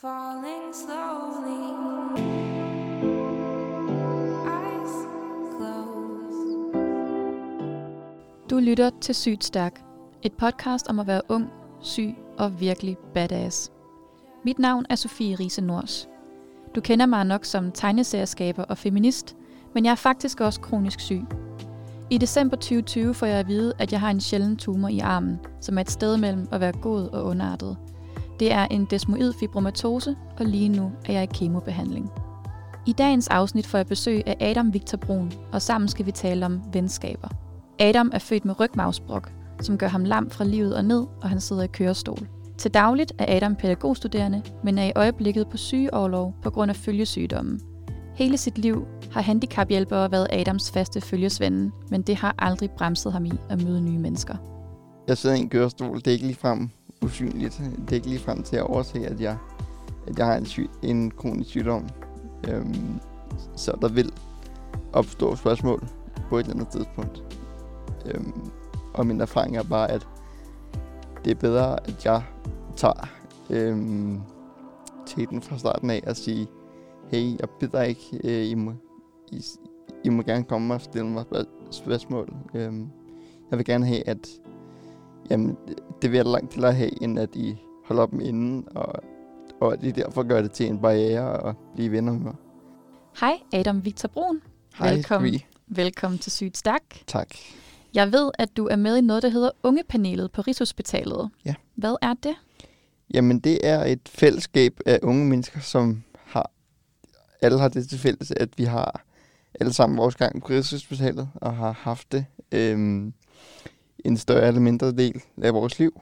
Falling slowly, eyes closed. Du lytter til Sygt Stærk, et podcast om at være ung, syg og virkelig badass. Mit navn er Sofie Riise Nors. Du kender mig nok som tegneserieskaber og feminist, men jeg er faktisk også kronisk syg. I december 2020 får jeg at vide, at jeg har en sjælden tumor i armen, som er et sted mellem at være god og ondartet. Det er en desmoid fibromatose, og lige nu er jeg i kemobehandling. I dagens afsnit får jeg besøg af Adam Victor Bruun, og sammen skal vi tale om venskaber. Adam er født med rygmarvsbrok, som gør ham lam fra livet og ned, og han sidder i kørestol. Til dagligt er Adam pædagogstuderende, men er i øjeblikket på sygeorlov på grund af følgesygdommen. Hele sit liv har handicaphjælpere været Adams faste følgesvende, men det har aldrig bremset ham i at møde nye mennesker. Jeg sidder i en kørestol, det er ikke ligefrem usynligt. Det er ikke ligefrem til at overse, at jeg har en kronisk sygdom. Så der vil opstå spørgsmål på et eller andet tidspunkt. Og min erfaring er bare, at det er bedre, at jeg tager teten fra starten af og sige, hey, jeg bider ikke, I må gerne komme og stille mig spørgsmål. Jeg vil gerne have, at det vil jeg langt til at have, end at I holder op med inden, og at I derfor gør det til en barriere og blive venner med mig. Hej, Adam Victor Bruun. Hej, Velkommen til Sygt Stærk. Tak. Jeg ved, at du er med i noget, der hedder Ungepanelet på Rigshospitalet. Ja. Hvad er det? Jamen, det er et fællesskab af unge mennesker, som alle har det til fælles, at vi har alle sammen vores gang på Rigshospitalet, og har haft det en større eller mindre del af vores liv.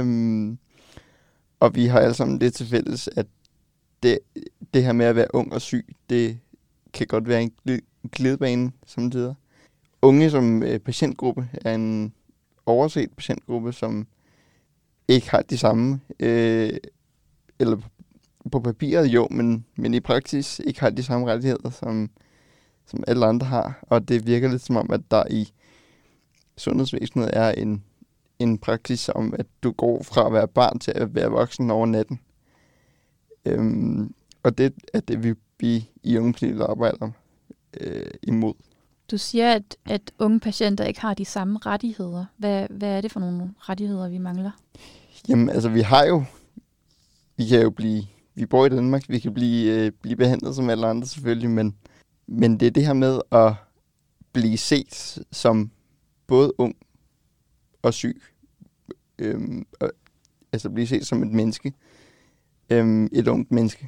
Og vi har alle sammen det til fælles, at det her med at være ung og syg, det kan godt være en glidebane samtidig. Unge som patientgruppe er en overset patientgruppe, som ikke har de samme, eller på papiret jo, men i praksis ikke har de samme rettigheder, som alle andre har. Og det virker lidt som om, at der i sundhedsvæsenet er en praksis om, at du går fra at være barn til at være voksen over natten. Og det er det, vi i Ungepanelet arbejder imod. Du siger, at unge patienter ikke har de samme rettigheder. Hvad er det for nogle rettigheder, vi mangler? Jamen, altså vi bor i Danmark, vi kan blive behandlet som alle andre selvfølgelig, men det er det her med at blive set som både ung og syg. Altså blive set som et menneske. Et ungt menneske.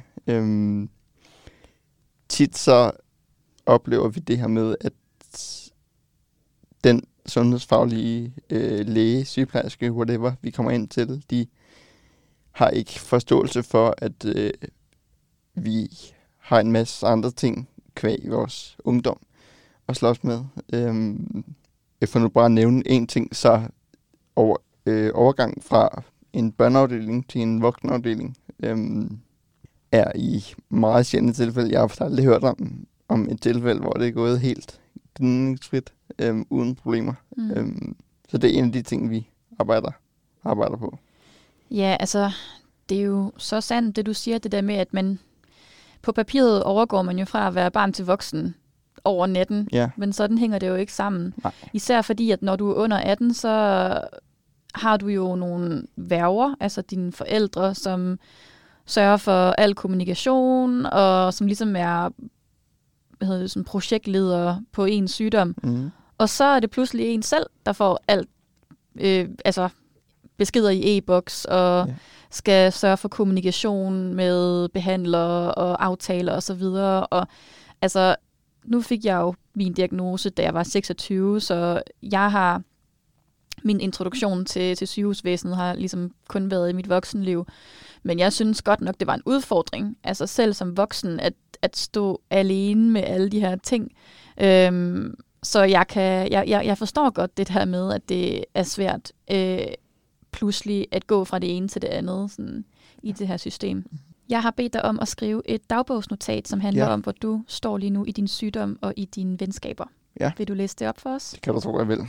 Tit så oplever vi det her med, at den sundhedsfaglige læge, sygeplejerske, whatever, vi kommer ind til, de har ikke forståelse for, at vi har en masse andre ting kvæg i vores ungdom at slås med. For nu bare at nævne en ting, så overgang fra en børneafdeling til en voksenafdeling er i meget sjældne tilfælde. Jeg har aldrig hørt om et tilfælde, hvor det er gået helt gnidningsfrit uden problemer. Så det er en af de ting, vi arbejder på. Ja, altså, det er jo så sandt, det du siger, det der med, at man på papiret overgår man jo fra at være barn til voksen over natten, ja. Men sådan hænger det jo ikke sammen. Nej. Især fordi, at når du er under 18, så har du jo nogle værger, altså dine forældre, som sørger for al kommunikation, og som ligesom er sådan projektleder på ens sygdom. Mm. Og så er det pludselig en selv, der får alt, beskeder i e-boks, og skal sørge for kommunikation med behandlere og aftaler og så videre. Og altså, nu fik jeg jo min diagnose, da jeg var 26, så jeg har min introduktion til sygehusvæsenet har ligesom kun været i mit voksenliv. Men jeg synes godt nok, det var en udfordring, altså selv som voksen, at stå alene med alle de her ting. Så jeg forstår godt det her med, at det er svært pludselig at gå fra det ene til det andet sådan, i det her system. Jeg har bedt dig om at skrive et dagbogsnotat, som handler om, hvor du står lige nu i din sygdom og i dine venskaber. Ja. Vil du læse det op for os? Det kan du tro, jeg vil.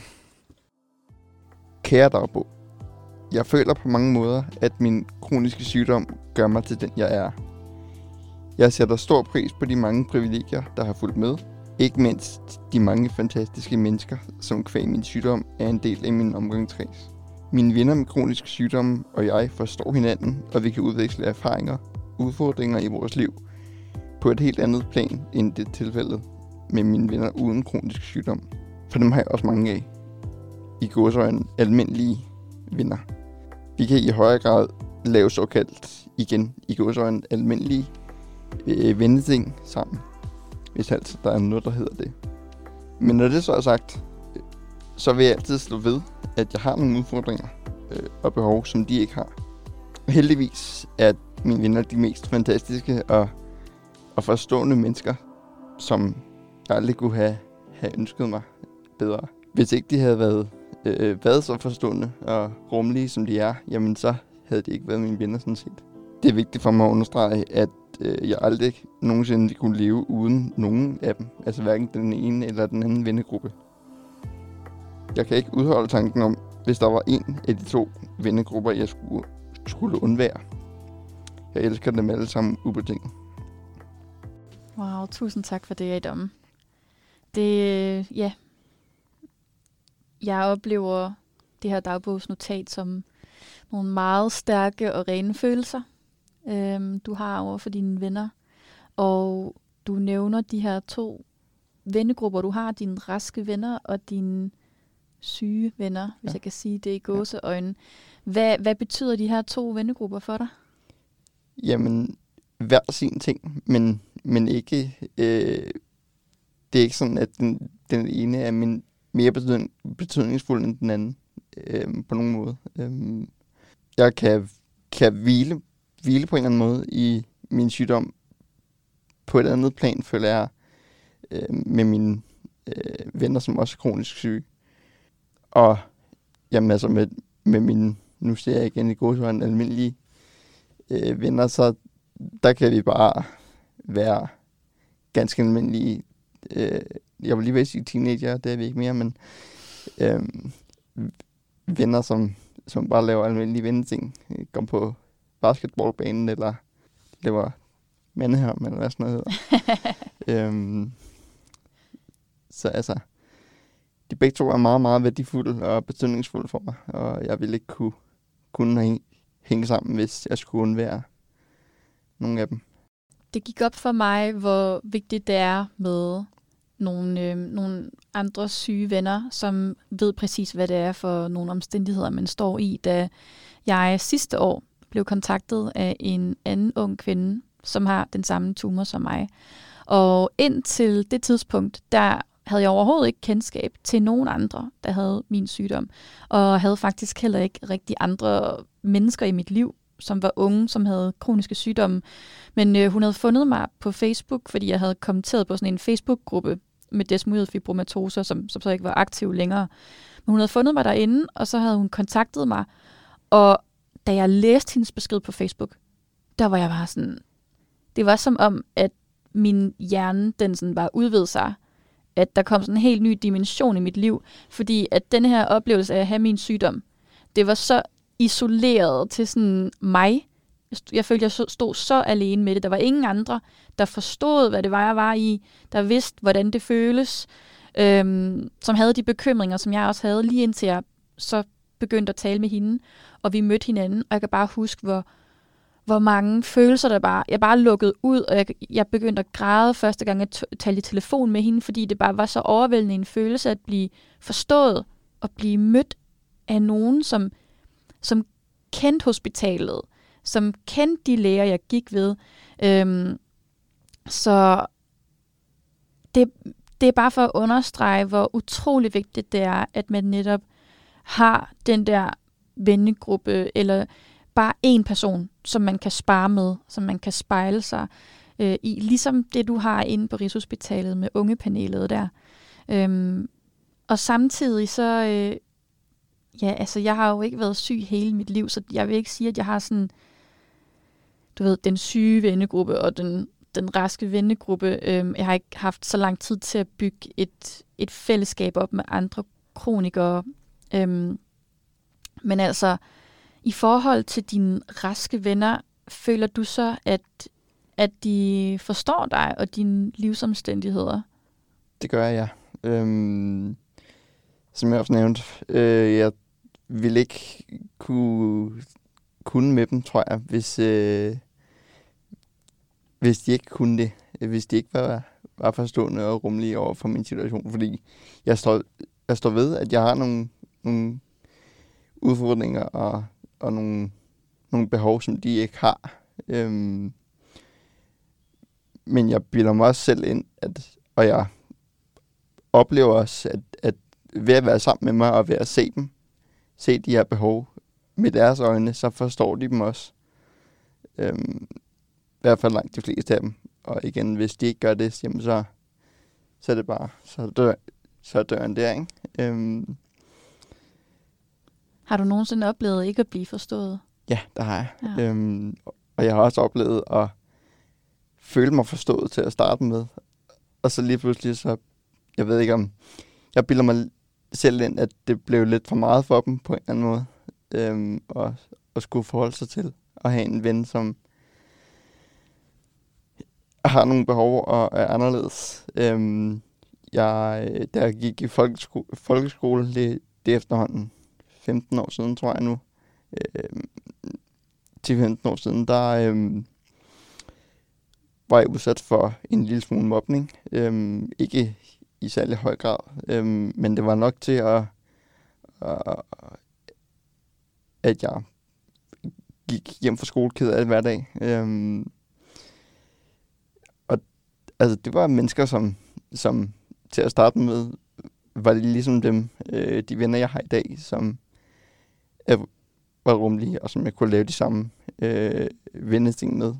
Kære dagbog. Jeg føler på mange måder, at min kroniske sygdom gør mig til den, jeg er. Jeg sætter stor pris på de mange privilegier, der har fulgt med. Ikke mindst de mange fantastiske mennesker, som kvæg min sygdom er en del af min omgangskreds. Mine venner med kronisk sygdom og jeg forstår hinanden, og vi kan udveksle erfaringer, udfordringer i vores liv på et helt andet plan end det tilfælde med mine venner uden kronisk sygdom. For dem har jeg også mange af. I gåseøjne almindelige venner. Vi kan i højere grad lave såkaldt, igen i gåseøjne almindelige venneting sammen. Hvis altså der er noget, der hedder det. Men når det så er sagt, så vil jeg altid slå ved, at jeg har nogle udfordringer og behov, som de ikke har. Heldigvis er mine venner de mest fantastiske og forstående mennesker, som jeg aldrig kunne have ønsket mig bedre. Hvis ikke de havde været så forstående og rummelige, som de er, jamen så havde de ikke været mine venner sådan set. Det er vigtigt for mig at understrege, at jeg aldrig nogensinde kunne leve uden nogen af dem. Altså hverken den ene eller den anden vennegruppe. Jeg kan ikke udholde tanken om, hvis der var en af de to vennegrupper, jeg skulle undvære. Jeg elsker dem alle sammen ubetinget. Wow, tusind tak for det, Adam. Det, ja. Jeg oplever det her dagbogsnotat som nogle meget stærke og rene følelser, du har over for dine venner. Og du nævner de her to vennegrupper. Du har dine raske venner og dine syge venner, hvis jeg kan sige det i gåseøjne. Hvad betyder de her to vennegrupper for dig? Jamen, hver sin ting, men ikke... det er ikke sådan, at den ene er mere betydningsfuld end den anden på nogen måde. Jeg kan hvile på en eller anden måde i min sygdom på et andet plan, føler jeg, med mine venner, som også er kronisk syge. Og jamen altså med mine, nu ser jeg igen i gåseøjne, almindelige venner, så der kan vi bare være ganske almindelige. Jeg vil lige ved at sige teenager, det er vi ikke mere, men venner, som bare laver almindelige venneting. Går på basketballbanen, eller laver mandehørm, eller hvad sådan noget hedder. Så altså, de begge to er meget, meget værdifulde og betydningsfulde for mig, og jeg ville ikke kunne hænge sammen, hvis jeg skulle undvære nogle af dem. Det gik op for mig, hvor vigtigt det er med nogle andre syge venner, som ved præcis, hvad det er for nogle omstændigheder, man står i. Da jeg sidste år blev kontaktet af en anden ung kvinde, som har den samme tumor som mig. Og indtil det tidspunkt, der havde jeg overhovedet ikke kendskab til nogen andre, der havde min sygdom. Og havde faktisk heller ikke rigtig andre mennesker i mit liv, som var unge, som havde kroniske sygdomme. Men hun havde fundet mig på Facebook, fordi jeg havde kommenteret på sådan en Facebook-gruppe med desmoid fibromatoser, som så ikke var aktiv længere. Men hun havde fundet mig derinde, og så havde hun kontaktet mig. Og da jeg læste hendes besked på Facebook, der var jeg bare sådan... Det var som om, at min hjerne, den sådan bare udvidede sig. At der kom sådan en helt ny dimension i mit liv. Fordi at den her oplevelse af at have min sygdom, det var så isoleret til sådan mig. Jeg følte, jeg stod så alene med det. Der var ingen andre, der forstod, hvad det var, jeg var i. Der vidste, hvordan det føles. Som havde de bekymringer, som jeg også havde, lige indtil jeg så begyndte at tale med hende. Og vi mødte hinanden, og jeg kan bare huske, hvor mange følelser jeg bare lukkede ud. Og jeg begyndte at græde første gang, jeg talte i telefon med hende, fordi det bare var så overvældende en følelse at blive forstået og blive mødt af nogen, som kendte hospitalet, som kendte de læger, jeg gik ved. Så det er bare for at understrege, hvor utrolig vigtigt det er, at man netop har den der vennegruppe, eller bare en person, som man kan spare med, som man kan spejle sig i. Ligesom det, du har inde på Rigshospitalet med ungepanelet der. Og samtidig så... jeg har jo ikke været syg hele mit liv, så jeg vil ikke sige, at jeg har sådan, du ved, den syge vennegruppe og den raske vennegruppe. Jeg har ikke haft så lang tid til at bygge et fællesskab op med andre kronikere. Men altså, i forhold til dine raske venner, føler du så, at de forstår dig og dine livsomstændigheder? Det gør jeg, ja. Som jeg også nævnte, jeg ville ikke kunne med dem, tror jeg, hvis de ikke kunne det. Hvis de ikke var forstående og rummelige over for min situation. Fordi jeg står ved, at jeg har nogle udfordringer og nogle behov, som de ikke har. Men jeg bilder mig også selv ind, og jeg oplever også, at ved at være sammen med mig og ved at se de her behov med deres øjne, så forstår de dem også. I hvert fald langt de fleste af dem. Og igen, hvis de ikke gør det, jamen så er det bare, så dør en der, ikke? Har du nogensinde oplevet ikke at blive forstået? Ja, det har jeg. Ja. Og jeg har også oplevet at føle mig forstået til at starte med. Og så lige pludselig, så jeg ved ikke om, jeg bilder mig selv ind, at det blev lidt for meget for dem på en eller anden måde. Og skulle forholde sig til at have en ven, som har nogle behov og er anderledes. Da jeg gik i folkeskole, det er efterhånden 15 år siden, tror jeg nu. Til 15 år siden, der var jeg udsat for en lille smule mobning. Ikke i særlig høj grad, men det var nok til at jeg gik hjem fra skole ked af det hver dag. Og altså, det var mennesker, som til at starte med, var det ligesom dem, de venner, jeg har i dag, som var rummelige, og som jeg kunne lave de samme venneting med.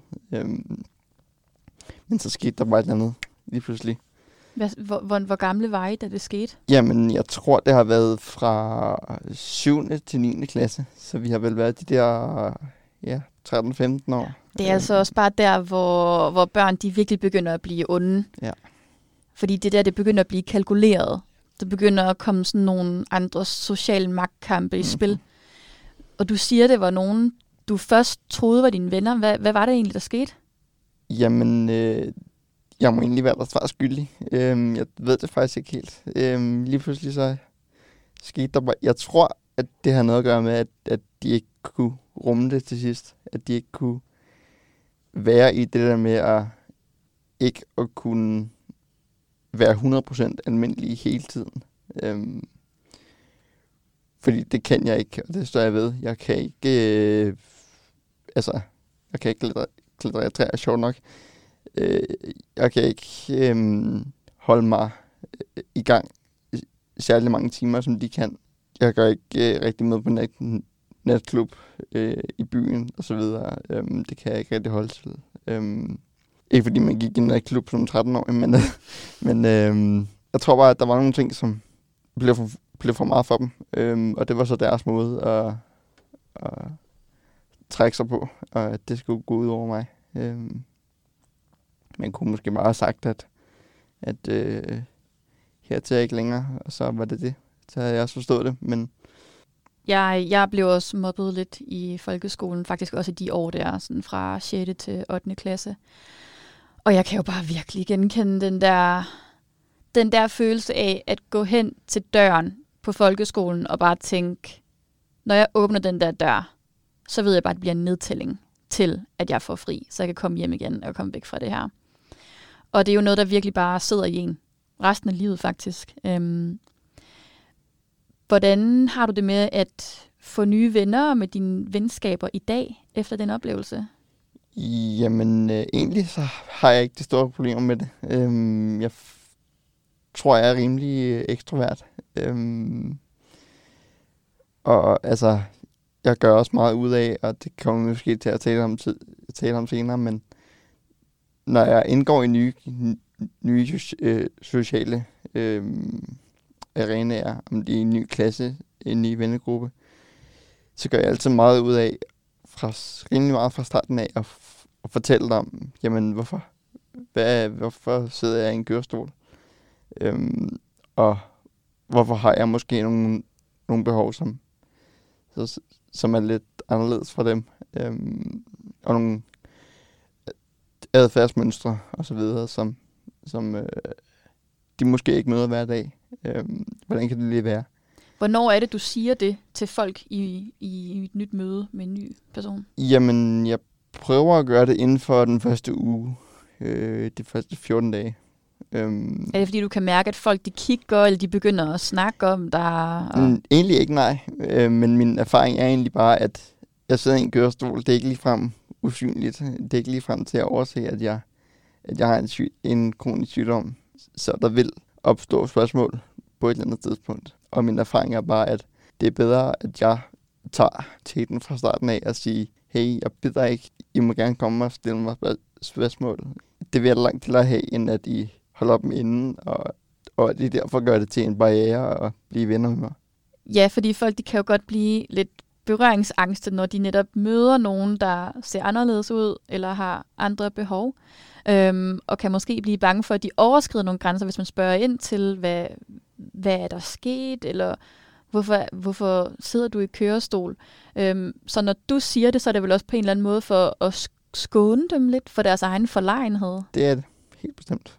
Men så skete der bare et eller andet lige pludselig. Hvor gamle var I, da det skete? Jamen, jeg tror, det har været fra 7. til 9. klasse, så vi har vel været de der 13-15 år. Det er altså også bare der, hvor børn de virkelig begynder at blive onde. Ja. Fordi det der, det begynder at blive kalkuleret. Der begynder at komme sådan nogle andre sociale magtkampe i spil. Og du siger, det var nogen, du først troede var dine venner. Hvad var det egentlig, der skete? Jamen, jeg må egentlig være der svar skyldig. Jeg ved det faktisk ikke helt. Lige pludselig så skete der bare. Jeg tror, at det har noget at gøre med, at de ikke kunne rumme det til sidst. At de ikke kunne være i det der med at ikke at kunne være 100% almindelig hele tiden. Fordi det kan jeg ikke, og det står jeg ved. Jeg kan ikke, jeg kan ikke klatre i træer, sjovt nok. Jeg kan ikke holde mig i gang særlig mange timer, som de kan. Jeg går ikke rigtig med på natklub i byen og så videre. Det kan jeg ikke rigtig holde til. Ikke fordi man gik i en natklub som 13-årig, men jeg tror bare, at der var nogle ting, som blev for meget for dem. Og det var så deres måde at trække sig på, og at det skulle gå ud over mig. Man kunne måske bare have sagt, at hertil er jeg ikke længere, og så var det det. Så havde jeg også forstået det, men Jeg blev også mobbet lidt i folkeskolen, faktisk også i de år der, sådan fra 6. til 8. klasse. Og jeg kan jo bare virkelig genkende den der følelse af at gå hen til døren på folkeskolen og bare tænke, når jeg åbner den der dør, så ved jeg bare, at det bliver en nedtælling til, at jeg får fri, så jeg kan komme hjem igen og komme væk fra det her. Og det er jo noget, der virkelig bare sidder i en resten af livet faktisk. Hvordan har du det med at få nye venner med dine venskaber i dag, efter den oplevelse? Jamen, egentlig så har jeg ikke de store problemer med det. Jeg tror, jeg er rimelig ekstrovert. Og altså, jeg gør også meget ud af, og det kommer vi måske til at tale om senere, men når jeg indgår i nye sociale arenaer, om det er en ny klasse, en ny vennegruppe, så gør jeg altid meget ud af, rimelig meget fra starten af, at fortælle dem, jamen hvorfor sidder jeg i en kørestol? Og hvorfor har jeg måske nogle behov, som er lidt anderledes fra dem? Og adfærdsmønstre og så videre, som de måske ikke møder hver dag. Hvordan kan det lige være? Hvornår er det, du siger det til folk i et nyt møde med en ny person? Jamen, jeg prøver at gøre det inden for den første uge. De første 14 dage. Er det fordi, du kan mærke, at folk de kigger, eller de begynder at snakke om dig? Og... Egentlig ikke, nej. Men min erfaring er egentlig bare, at jeg sidder i en kørestol. Det er ikke ligefrem usynligt. Det er ikke ligefrem til at overse, at jeg har en kronisk sygdom. Så der vil opstå spørgsmål på et eller andet tidspunkt. Og min erfaring er bare, at det er bedre, at jeg tager teten fra starten af og siger, hey, jeg bider ikke. I må gerne komme og stille mig spørgsmål. Det vil jeg langt til at have, end at I holder op med inden, og at I derfor gør det til en barriere og blive venner med mig. Ja, fordi folk de kan jo godt blive lidt berøringsangste, når de netop møder nogen, der ser anderledes ud, eller har andre behov. Og kan måske blive bange for, at de overskrider nogle grænser, hvis man spørger ind til, hvad er der sket, eller hvorfor sidder du i kørestol? Så når du siger det, så er det vel også på en eller anden måde for at skåne dem lidt for deres egen forlegenhed? Det er det, helt bestemt.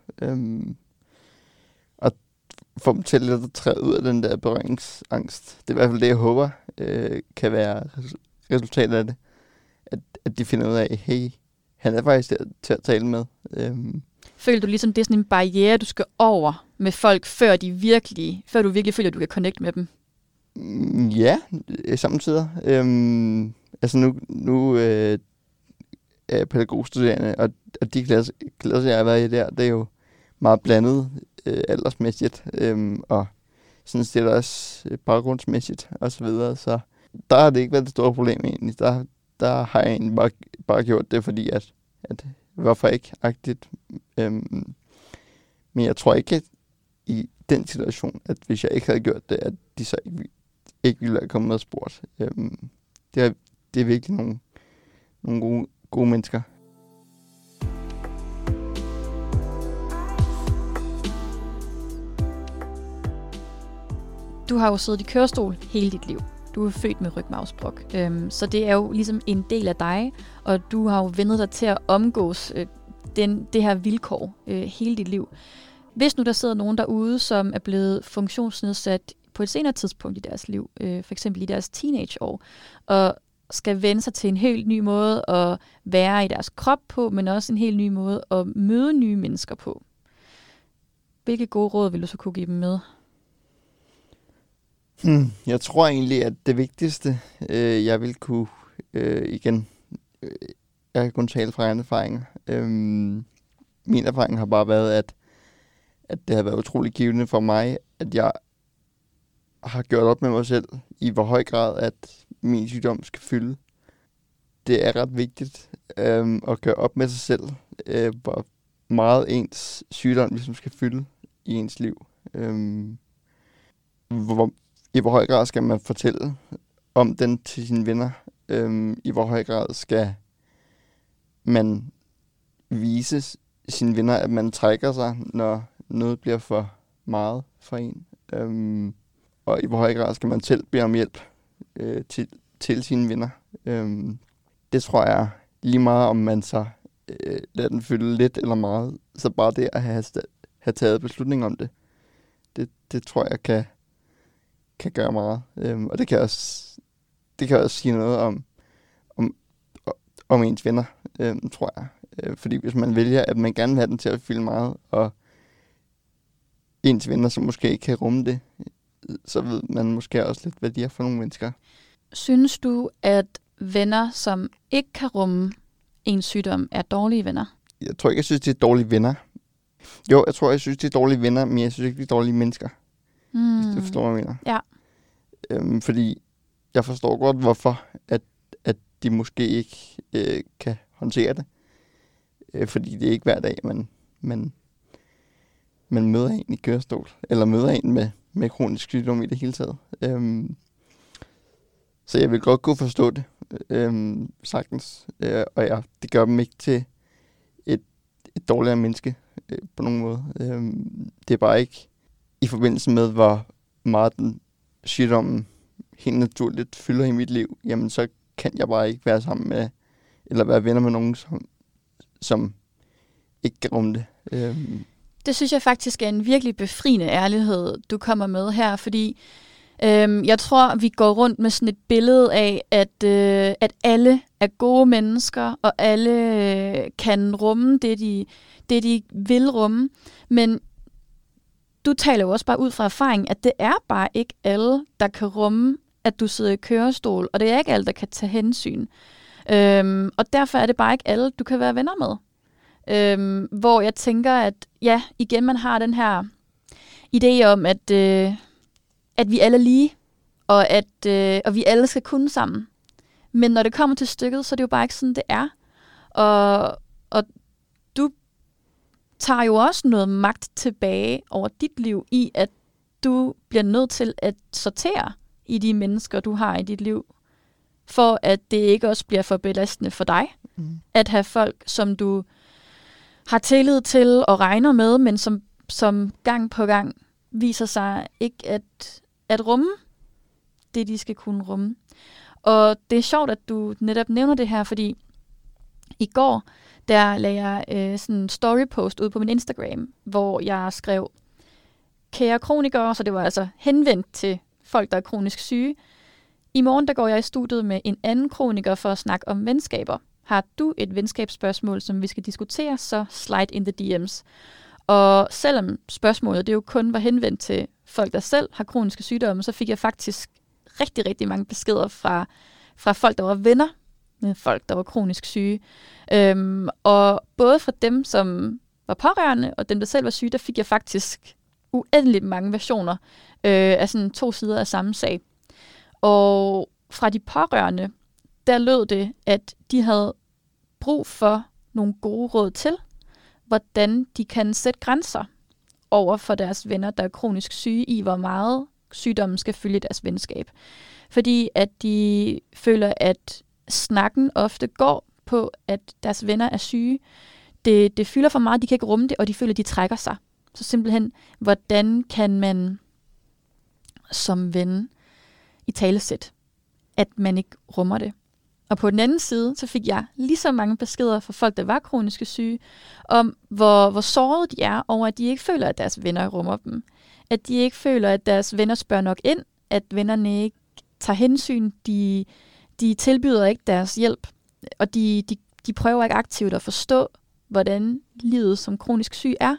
Og få dem til lidt at træde ud af den der berøringsangst. Det er i hvert fald det, jeg håber kan være resultatet af det. At de finder ud af, hey, han er faktisk til at tale med. Føler du ligesom, det er sådan en barriere, du skal over med folk, før du virkelig føler, at du kan connecte med dem? Ja, samtidig. Altså nu er jeg pædagogstuderende, og de klasser, jeg har været i der, det er jo meget blandet aldersmæssigt, og sådan set også baggrundsmæssigt og så videre. Så der har det ikke været det store problem egentlig. Der har jeg egentlig bare gjort det, fordi at hvorfor ikke-agtigt. Men jeg tror ikke i den situation, at hvis jeg ikke havde gjort det, at de så ikke ville have kommet og spurgt. Det er virkelig nogle gode mennesker. Du har jo siddet i kørestol hele dit liv. Du er født med rygmarvsbrok. Så det er jo ligesom en del af dig, og du har jo vendet dig til at omgås det her vilkår hele dit liv. Hvis nu der sidder nogen derude, som er blevet funktionsnedsat på et senere tidspunkt i deres liv, for eksempel i deres teenageår, og skal vende sig til en helt ny måde at være i deres krop på, men også en helt ny måde at møde nye mennesker på. Hvilke gode råd vil du så kunne give dem med? Jeg tror egentlig, at det vigtigste, jeg vil kunne, jeg kan kun tale fra egen erfaringer. Min erfaring har bare været, at det har været utrolig givende for mig, at jeg har gjort op med mig selv, i hvor høj grad, at min sygdom skal fylde. Det er ret vigtigt at gøre op med sig selv, hvor meget ens sygdom ligesom skal fylde i ens liv. I hvor høj grad skal man fortælle om den til sine venner? I hvor høj grad skal man vise sine venner, at man trækker sig, når noget bliver for meget for en? Og i hvor høj grad skal man selv bede om hjælp til sine venner? Det tror jeg lige meget, om man så lader den fylde lidt eller meget. Så bare det at have taget beslutning om det, det tror jeg kan gøre meget. Og det kan også sige noget om ens venner, tror jeg. Fordi hvis man vælger, at man gerne vil have den til at fylde meget, og ens venner, som måske ikke kan rumme det, så ved man måske også lidt, hvad de er for nogle mennesker. Synes du, at venner, som ikke kan rumme ens sygdom, er dårlige venner? Jeg tror ikke, jeg synes, de er dårlige venner. Jo, jeg synes, de er dårlige venner, men jeg synes ikke, de er dårlige mennesker. Hvis du forstår, hvad jeg mener. Ja. Fordi jeg forstår godt, hvorfor at de måske ikke kan håndtere det. Fordi det er ikke hver dag, man møder en i kørestol, eller møder en med kronisk sygdom i det hele taget. Så jeg vil godt kunne forstå det, sagtens. Og det gør dem ikke til et dårligere menneske på nogen måde. Det er bare ikke i forbindelse med, hvor meget den sygdommen helt naturligt fylder i mit liv, jamen så kan jeg bare ikke være sammen med, eller være venner med nogen, som ikke kan rumme det. Det synes jeg faktisk er en virkelig befriende ærlighed, du kommer med her, fordi jeg tror, vi går rundt med sådan et billede af, at alle er gode mennesker, og alle kan rumme det, de vil rumme. Men du taler jo også bare ud fra erfaring, at det er bare ikke alle, der kan rumme, at du sidder i kørestol, og det er ikke alle, der kan tage hensyn. Og derfor er det bare ikke alle, du kan være venner med. Hvor jeg tænker, at ja, igen, man har den her idé om, at vi alle er lige, og vi alle skal kunne sammen. Men når det kommer til stykket, så er det jo bare ikke sådan, det er. Og du tager jo også noget magt tilbage over dit liv i, at du bliver nødt til at sortere i de mennesker, du har i dit liv, for at det ikke også bliver for belastende for dig. At have folk, som du har tillid til og regner med, men som gang på gang viser sig ikke at rumme det, de skal kunne rumme. Og det er sjovt, at du netop nævner det her, fordi i går, der lagde jeg sådan en storypost ud på min Instagram, hvor jeg skrev, kære kronikere, så det var altså henvendt til folk, der er kronisk syge. I morgen, der går jeg i studiet med en anden kroniker for at snakke om venskaber. Har du et venskabsspørgsmål, som vi skal diskutere, så slide in the DM's. Og selvom spørgsmålet det jo kun var henvendt til folk, der selv har kroniske sygdomme, så fik jeg faktisk rigtig, rigtig mange beskeder fra folk, der var venner med folk, der var kronisk syge. Og både fra dem, som var pårørende, og dem, der selv var syge, der fik jeg faktisk uendeligt mange versioner af sådan 2 sider af samme sag. Og fra de pårørende, der lød det, at de havde brug for nogle gode råd til, hvordan de kan sætte grænser over for deres venner, der er kronisk syge, i hvor meget sygdommen skal følge deres venskab. Fordi at de føler, at snakken ofte går på, at deres venner er syge. Det fylder for meget, de kan ikke rumme det, og de føler, at de trækker sig. Så simpelthen, hvordan kan man som ven italesætte, at man ikke rummer det? Og på den anden side, så fik jeg lige så mange beskeder fra folk, der var kroniske syge, om hvor såret de er over, at de ikke føler, at deres venner rummer dem. At de ikke føler, at deres venner spørger nok ind, at vennerne ikke tager hensyn, de tilbyder ikke deres hjælp, og de prøver ikke aktivt at forstå, hvordan livet som kronisk syg er.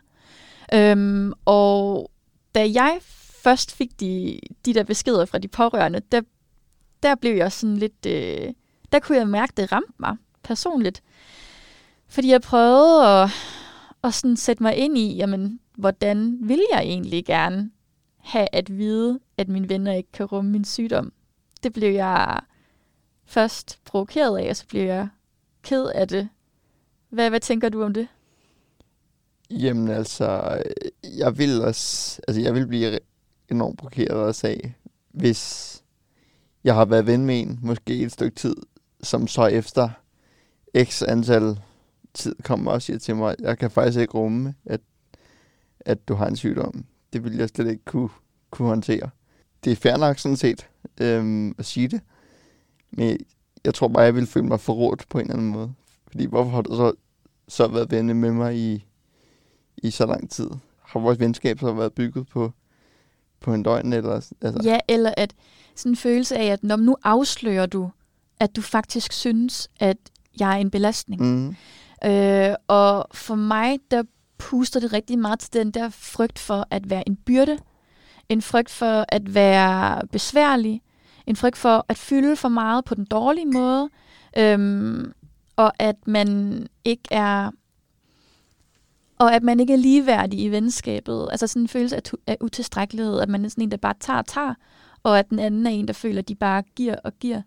Og da jeg først fik de der beskeder fra de pårørende, der blev jeg sådan lidt... Der kunne jeg mærke, det ramte mig personligt. Fordi jeg prøvede at sådan sætte mig ind i, jamen, hvordan vil jeg egentlig gerne have at vide, at mine venner ikke kan rumme min sygdom. Det blev jeg først provokeret af, og så blev jeg ked af det. Hvad tænker du om det? Jamen altså, jeg vil blive enormt provokeret også af, hvis jeg har været ven med en, måske et stykke tid, som så efter x antal tid kommer og siger til mig, jeg kan faktisk ikke rumme, at du har en sygdom. Det vil jeg slet ikke kunne håndtere. Det er fair nok sådan set at sige det, men jeg tror bare, jeg vil føle mig forrådt på en eller anden måde. Fordi hvorfor har du så været venner med mig i så lang tid? Har vores venskab så været bygget på en døgn? Eller, altså? Ja, eller at sådan en følelse af, at når nu afslører du, at du faktisk synes, at jeg er en belastning. Og for mig, der puster det rigtig meget til den der frygt for at være en byrde. En frygt for at være besværlig. En frygt for at fylde for meget på den dårlige måde. Og at man ikke er ligeværdig i venskabet. Altså sådan en følelse af utilstrækkelighed, at man er sådan en, der bare tager, og at den anden er en, der føler, at de bare giver og giver.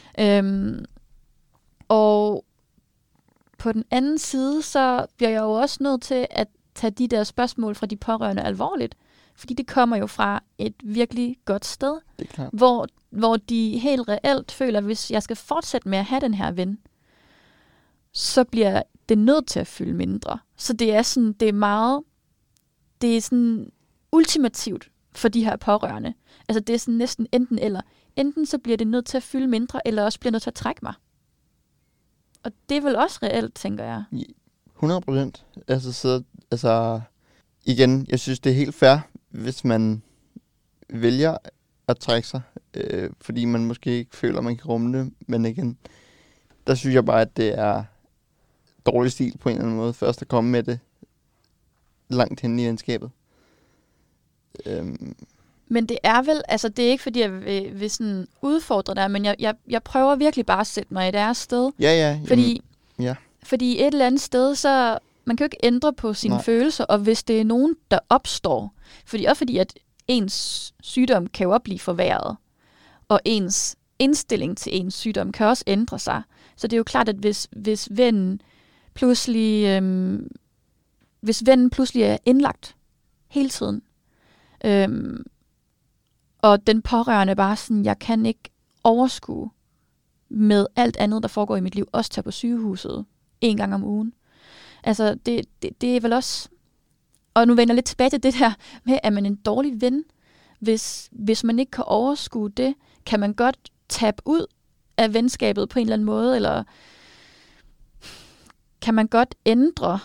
Og på den anden side, så bliver jeg jo også nødt til at tage de der spørgsmål fra de pårørende alvorligt. Fordi det kommer jo fra et virkelig godt sted, hvor de helt reelt føler, at hvis jeg skal fortsætte med at have den her ven, så bliver det nødt til at fylde mindre. Så det er sådan ultimativt for de her pårørende. Altså det er sådan næsten enten eller. Enten så bliver det nødt til at fylde mindre, eller også bliver det nødt til at trække mig. Og det er vel også reelt, tænker jeg. 100%. Altså, igen, jeg synes, det er helt fair, hvis man vælger at trække sig, fordi man måske ikke føler, man kan rumme det. Men igen, der synes jeg bare, at det er dårlig stil på en eller anden måde, først at komme med det langt hen i venskabet. Men det er vel, altså det er ikke fordi, jeg vil sådan udfordre dig, men jeg prøver virkelig bare at sætte mig i deres sted. Ja. Fordi et eller andet sted, så man kan jo ikke ændre på sine følelser, og hvis det er nogen, der opstår, fordi at ens sygdom kan jo også blive forværret, og ens indstilling til ens sygdom kan også ændre sig. Så det er jo klart, at hvis vennen pludselig er indlagt hele tiden, og den pårørende bare sådan, jeg kan ikke overskue med alt andet, der foregår i mit liv, også tage på sygehuset 1 gang om ugen. Altså, det er vel også... Og nu vender jeg lidt tilbage til det der med, at man er en dårlig ven. Hvis man ikke kan overskue det, kan man godt tabe ud af venskabet på en eller anden måde, eller kan man godt ændre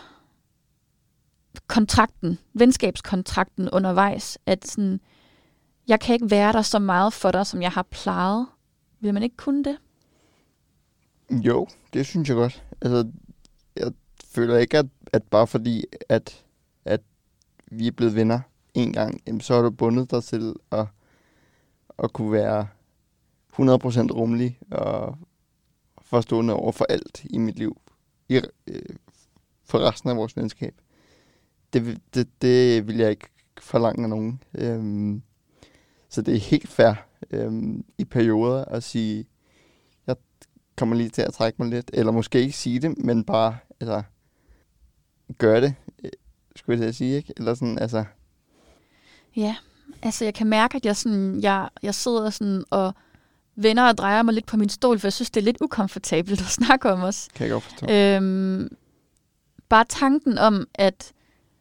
venskabskontrakten undervejs, at sådan, jeg kan ikke være der så meget for dig, som jeg har plejet. Vil man ikke kunne det? Jo, det synes jeg godt. Altså, jeg føler ikke, at bare fordi, at vi er blevet venner 1 gang, så har du bundet dig til at kunne være 100% rummelig og forstående over for alt i mit liv. For resten af vores venskab. Det vil jeg ikke forlange af nogen. Så det er helt fair i perioder at sige, jeg kommer lige til at trække mig lidt. Eller måske ikke sige det, men bare gøre det, skulle jeg sige, ikke? Eller sådan, altså... Ja, altså jeg kan mærke, at jeg sidder sådan og vender og drejer mig lidt på min stol, for jeg synes, det er lidt ukomfortabelt at snakke om os. Kan jeg godt forstå. Bare tanken om, at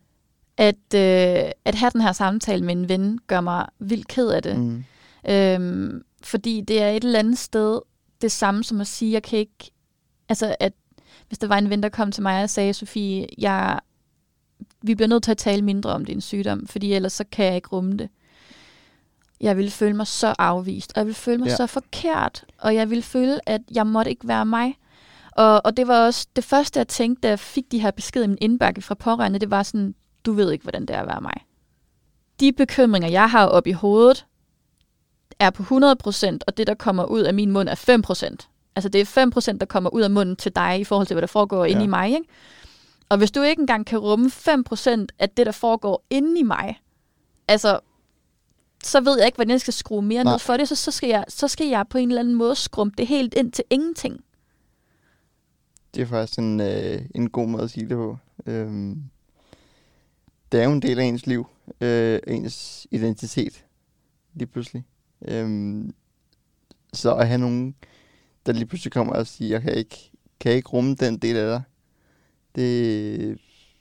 have den her samtale med en ven, gør mig vildt ked af det. Fordi det er et eller andet sted det samme som at sige, jeg kan ikke... Altså, at hvis der var en ven, der kom til mig og sagde, Sofie, vi bliver nødt til at tale mindre om din sygdom, fordi ellers så kan jeg ikke rumme det. Jeg ville føle mig så afvist, og jeg ville føle mig så forkert, og jeg ville føle, at jeg måtte ikke være mig. Og det var også det første, jeg tænkte, da jeg fik de her beskeder i min indbakke fra pårørende, det var sådan, du ved ikke, hvordan det er at være mig. De bekymringer, jeg har oppe i hovedet, er på 100%, og det, der kommer ud af min mund, er 5%. Altså det er 5%, der kommer ud af munden til dig, i forhold til, hvad der foregår inde i mig, ikke? Og hvis du ikke engang kan rumme 5% af det, der foregår inde i mig, altså, så ved jeg ikke, hvordan jeg skal skrue mere ned for det, så skal jeg på en eller anden måde skrumpe det helt ind til ingenting. Det er faktisk en god måde at sige det på. Det er jo en del af ens liv, ens identitet, lige pludselig. Så at have nogen, der lige pludselig kommer og siger, jeg kan ikke rumme den del af dig, det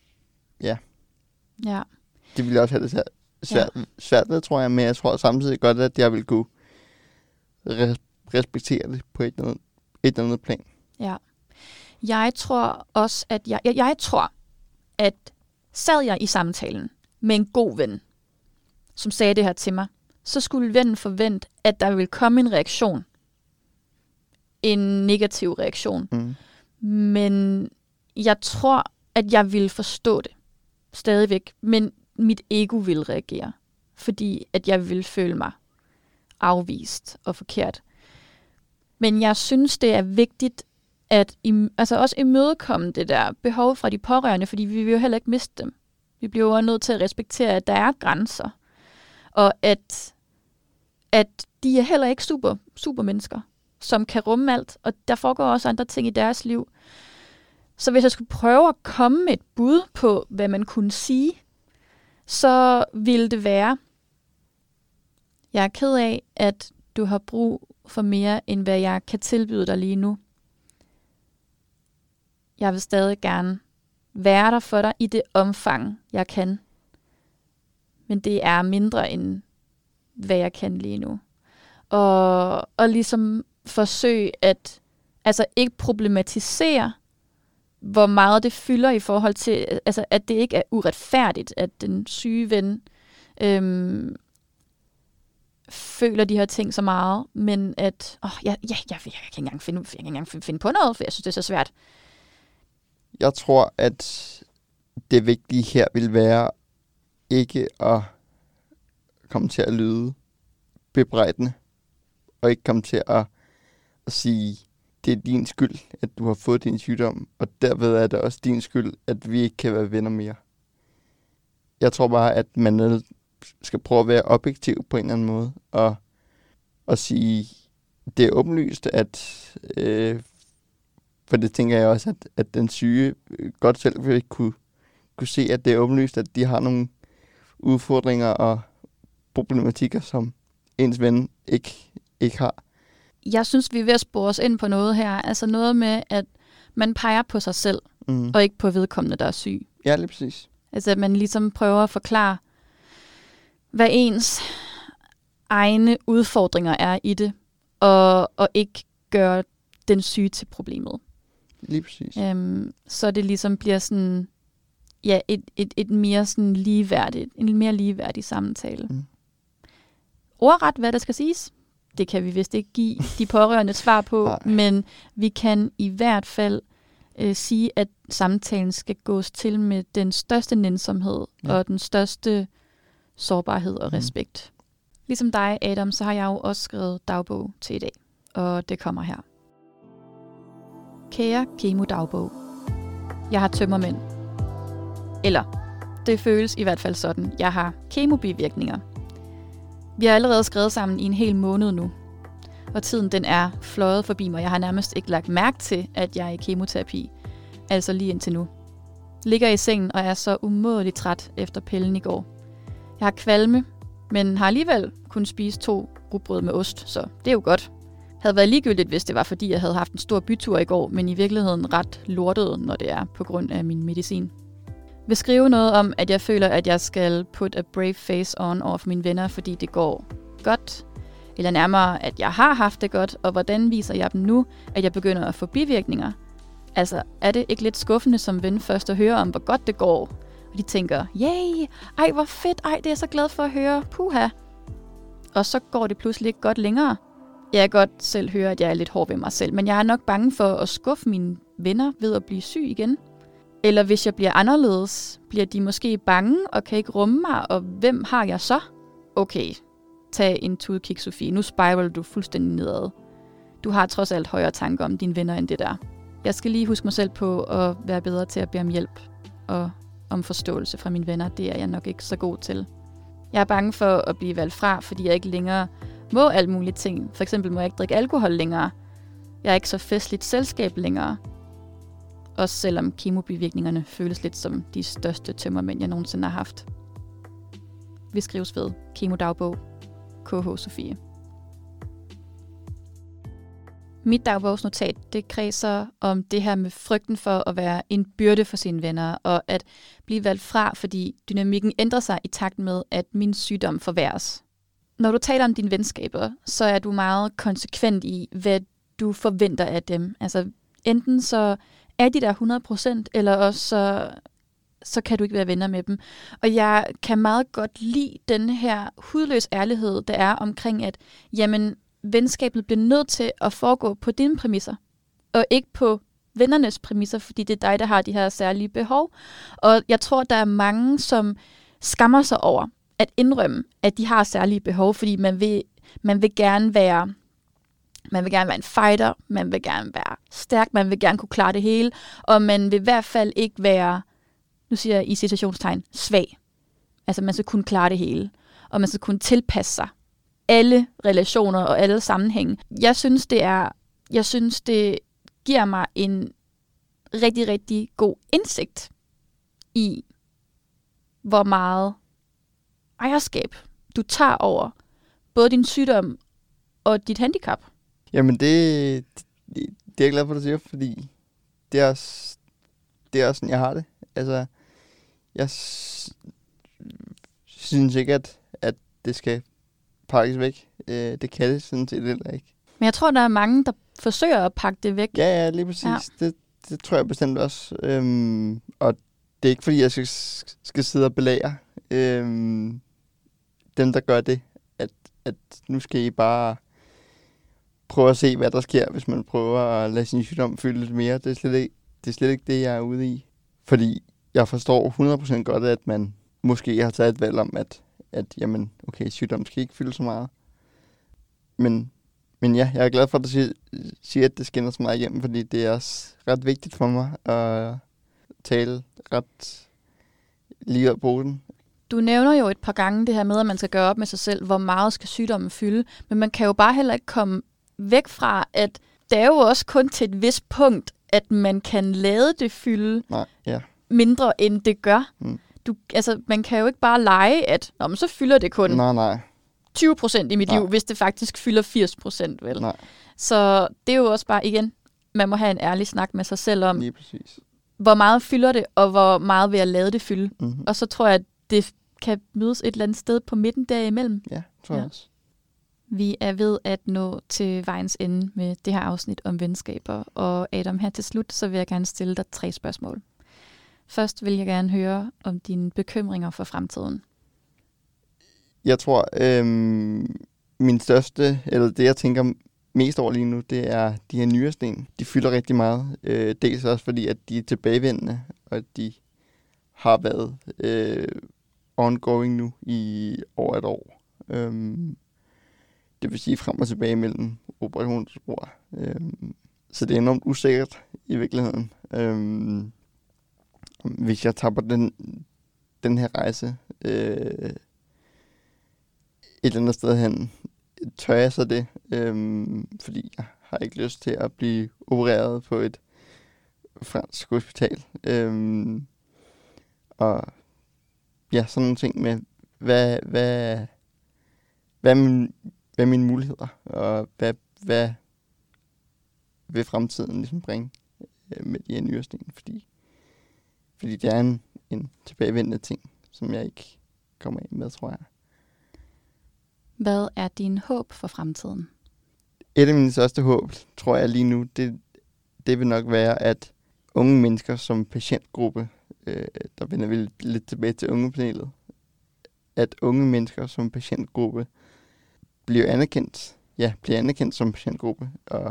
vil jeg også have det svært ved, tror jeg, men jeg tror samtidig godt, at jeg vil kunne respektere det på et eller andet plan. Ja. Jeg tror også, at jeg tror, at sad jeg i samtalen med en god ven, som sagde det her til mig, så skulle vennen forvente, at der ville komme en reaktion. En negativ reaktion. Men jeg tror, at jeg ville forstå det stadigvæk, men mit ego ville reagere, fordi at jeg ville føle mig afvist og forkert. Men jeg synes, det er vigtigt at også imødekomme det der behov fra de pårørende, fordi vi vil jo heller ikke miste dem. Vi bliver jo nødt til at respektere, at der er grænser, og at de er heller ikke supermennesker, som kan rumme alt, og der foregår også andre ting i deres liv. Så hvis jeg skulle prøve at komme med et bud på, hvad man kunne sige, så ville det være, jeg er ked af, at du har brug for mere, end hvad jeg kan tilbyde dig lige nu. Jeg vil stadig gerne være der for dig i det omfang, jeg kan. Men det er mindre, end hvad jeg kan lige nu. Og ligesom forsøge at ikke problematisere hvor meget det fylder i forhold til, altså at det ikke er uretfærdigt, at den syge ven føler de her ting så meget, men at jeg kan ikke engang finde på noget, for jeg synes, det er så svært. Jeg tror, at det vigtige her vil være ikke at komme til at lyde bebrejdende, og ikke komme til at sige, det er din skyld, at du har fået din sygdom, og derved er det også din skyld, at vi ikke kan være venner mere. Jeg tror bare, at man skal prøve at være objektiv på en eller anden måde, og sige, det er åbenlyst, at for det tænker jeg også, at den syge godt selv vil kunne se, at det er åbenlyst, at de har nogle udfordringer og problematikker, som ens ven ikke har. Jeg synes, vi er ved at spore os ind på noget her. Altså noget med, at man peger på sig selv, og ikke på vedkommende, der er syg. Ja, lige præcis. Altså at man ligesom prøver at forklare, hvad ens egne udfordringer er i det, og ikke gøre den syge til problemet. Lige præcis. Så det ligesom bliver sådan, ja, et mere sådan en mere ligeværdig samtale. Ordret, hvad der skal siges, det kan vi vist ikke give de pårørende svar på, men vi kan i hvert fald sige, at samtalen skal gås til med den største nænsomhed og den største sårbarhed og respekt. Ligesom dig, Adam, så har jeg jo også skrevet dagbog til i dag, og det kommer her. Kære kemodagbog. Jeg har tømmermænd. Eller, det føles i hvert fald sådan. Jeg har kemobivirkninger. Vi har allerede skrevet sammen i en hel måned nu. Og tiden den er fløjet forbi mig. Jeg har nærmest ikke lagt mærke til, at jeg er i kemoterapi. Altså lige indtil nu. Ligger i sengen og er så umådeligt træt efter pillen i går. Jeg har kvalme, men har alligevel kun spise 2 rugbrød med ost, så det er jo godt. Havde været ligegyldigt, hvis det var, fordi jeg havde haft en stor bytur i går, men i virkeligheden ret lortet, når det er på grund af min medicin. Vil skrive noget om, at jeg føler, at jeg skal put a brave face on over for mine venner, fordi det går godt. Eller nærmere, at jeg har haft det godt, og hvordan viser jeg dem nu, at jeg begynder at få bivirkninger? Altså, er det ikke lidt skuffende som ven først at høre om, hvor godt det går? Og de tænker, yay, ej hvor fedt, ej det er jeg så glad for at høre, puha. Og så går det pludselig ikke godt længere. Jeg kan godt selv høre, at jeg er lidt hård ved mig selv, men jeg er nok bange for at skuffe mine venner ved at blive syg igen. Eller hvis jeg bliver anderledes, bliver de måske bange og kan ikke rumme mig, og hvem har jeg så? Okay, tag en tudekig, Sofie. Nu spiraler du fuldstændig nedad. Du har trods alt højere tanker om dine venner end det der. Jeg skal lige huske mig selv på at være bedre til at bede om hjælp og om forståelse fra mine venner. Det er jeg nok ikke så god til. Jeg er bange for at blive valgt fra, fordi jeg ikke længere må alle mulige ting. For eksempel må jeg ikke drikke alkohol længere. Jeg er ikke så festligt selskab længere. Også selvom kemobivirkningerne føles lidt som de største tømmermænd, jeg nogensinde har haft. Vi skrives ved Kemodagbog. KH Sofie. Mit dagbogsnotat, det kredser om det her med frygten for at være en byrde for sine venner, og at blive valgt fra, fordi dynamikken ændrer sig i takt med, at min sygdom forværres. Når du taler om dine venskaber, så er du meget konsekvent i, hvad du forventer af dem. Altså enten så er de der 100%, eller også så kan du ikke være venner med dem. Og jeg kan meget godt lide den her hudløs ærlighed, der er omkring, at jamen, venskabet bliver nødt til at foregå på dine præmisser, og ikke på vennernes præmisser, fordi det er dig, der har de her særlige behov. Og jeg tror, der er mange, som skammer sig over at indrømme, at de har særlige behov, fordi man vil gerne være en fighter, man vil gerne være stærk, man vil gerne kunne klare det hele, og man vil i hvert fald ikke være, nu siger jeg i citationstegn, svag. Altså man skal kunne klare det hele, og man skal kunne tilpasse sig alle relationer og alle sammenhænge. Jeg synes, det giver mig en rigtig, rigtig god indsigt i, hvor meget ejerskab du tager over både din sygdom og dit handicap. Jamen det er jeg glad for, at du siger, fordi det er også sådan, jeg har det. Altså, jeg synes ikke, at det skal pakkes væk. Det kan det sådan set heller ikke. Men jeg tror, der er mange, der forsøger at pakke det væk. Ja, lige præcis. Ja. det tror jeg bestemt også. Og det er ikke fordi, jeg skal sidde og belære dem, der gør det. At nu skal I bare prøve at se, hvad der sker, hvis man prøver at lade sin sygdom fylde lidt mere. Det er slet ikke det, jeg er ude i. Fordi jeg forstår 100% godt, at man måske har taget et valg om, at jamen, okay, sygdom skal ikke fylde så meget. Men ja, jeg er glad for, at du siger, at det skinner så meget igennem, fordi det er også ret vigtigt for mig at tale ret lige op på den. Du nævner jo et par gange det her med, at man skal gøre op med sig selv, hvor meget skal sygdommen fylde. Men man kan jo bare heller ikke komme væk fra, at det er jo også kun til et vist punkt, at man kan lade det fylde mindre, end det gør. Man kan jo ikke bare lege, at så fylder det kun 20% i mit liv, hvis det faktisk fylder 80%, vel? Nej. Så det er jo også bare, igen, man må have en ærlig snak med sig selv om, lige præcis. Hvor meget fylder det, og hvor meget vil jeg lade det fylde. Mm-hmm. Og så tror jeg, at det kan mødes et eller andet sted på midten derimellem. Ja, tror jeg også. Vi er ved at nå til vejens ende med det her afsnit om venskaber. Og Adam, her til slut, så vil jeg gerne stille dig 3 spørgsmål. Først vil jeg gerne høre om dine bekymringer for fremtiden. Jeg tror, min største, eller det jeg tænker mest over lige nu, det er de her nyresten. De fylder rigtig meget. Dels også fordi, at de er tilbagevendende, og de har været ongoing nu i over et år. Det vil sige frem og tilbage mellem operationsspor. Så det er enormt usikkert i virkeligheden. Hvis jeg tapper den her rejse et eller andet sted hen, tør jeg så det, fordi jeg har ikke lyst til at blive opereret på et fransk hospital. Og ja, sådan nogle ting med, hvad er mine muligheder, og hvad vil fremtiden ligesom bringe med de her nyresten, fordi det er en tilbagevendende ting, som jeg ikke kommer af med, tror jeg. Hvad er din håb for fremtiden? Et af mine største håb, tror jeg lige nu, det vil nok være, at unge mennesker som patientgruppe, der vender vi lidt tilbage til ungepanelet, at unge mennesker som patientgruppe bliver anerkendt som patientgruppe, og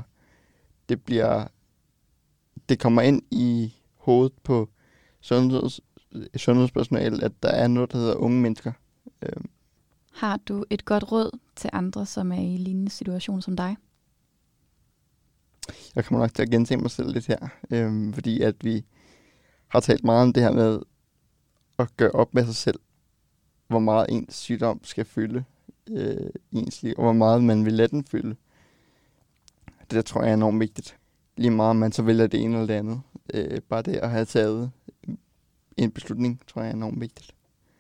det kommer ind i hovedet på sundhedspersonale, at der er noget, der hedder unge mennesker. Har du et godt råd til andre, som er i lignende situation som dig? Jeg kommer nok til at gentage mig selv lidt her, fordi at vi har talt meget om det her med at gøre op med sig selv, hvor meget ens sygdom skal fylde i ens liv, og hvor meget man vil lade den fylde. Det der tror jeg er enormt vigtigt. Lige meget om man så vælger det ene eller det andet. Bare det at have taget en beslutning, tror jeg er enormt vigtigt.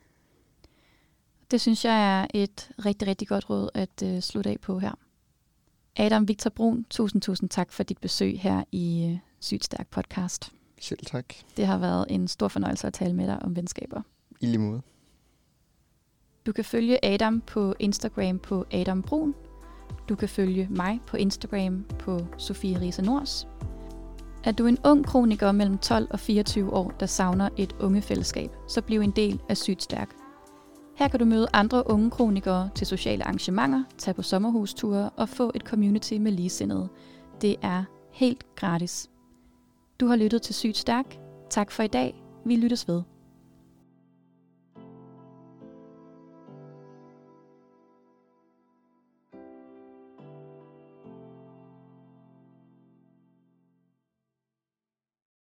Det synes jeg er et rigtig, rigtig godt råd at slutte af på her. Adam Victor Brun, tusind tak for dit besøg her i Sygt Stærk podcast. Selv tak. Det har været en stor fornøjelse at tale med dig om venskaber. I lige måde. Du kan følge Adam på Instagram på Adam Brun. Du kan følge mig på Instagram på Sofie Riise Nors. Er du en ung kroniker mellem 12 og 24 år, der savner et ungefællesskab, så bliv en del af Sygt Stærk. Her kan du møde andre unge kronikere til sociale arrangementer, tage på sommerhusture og få et community med ligesindede. Det er helt gratis. Du har lyttet til Sygt Stærk. Tak for i dag. Vi lyttes ved.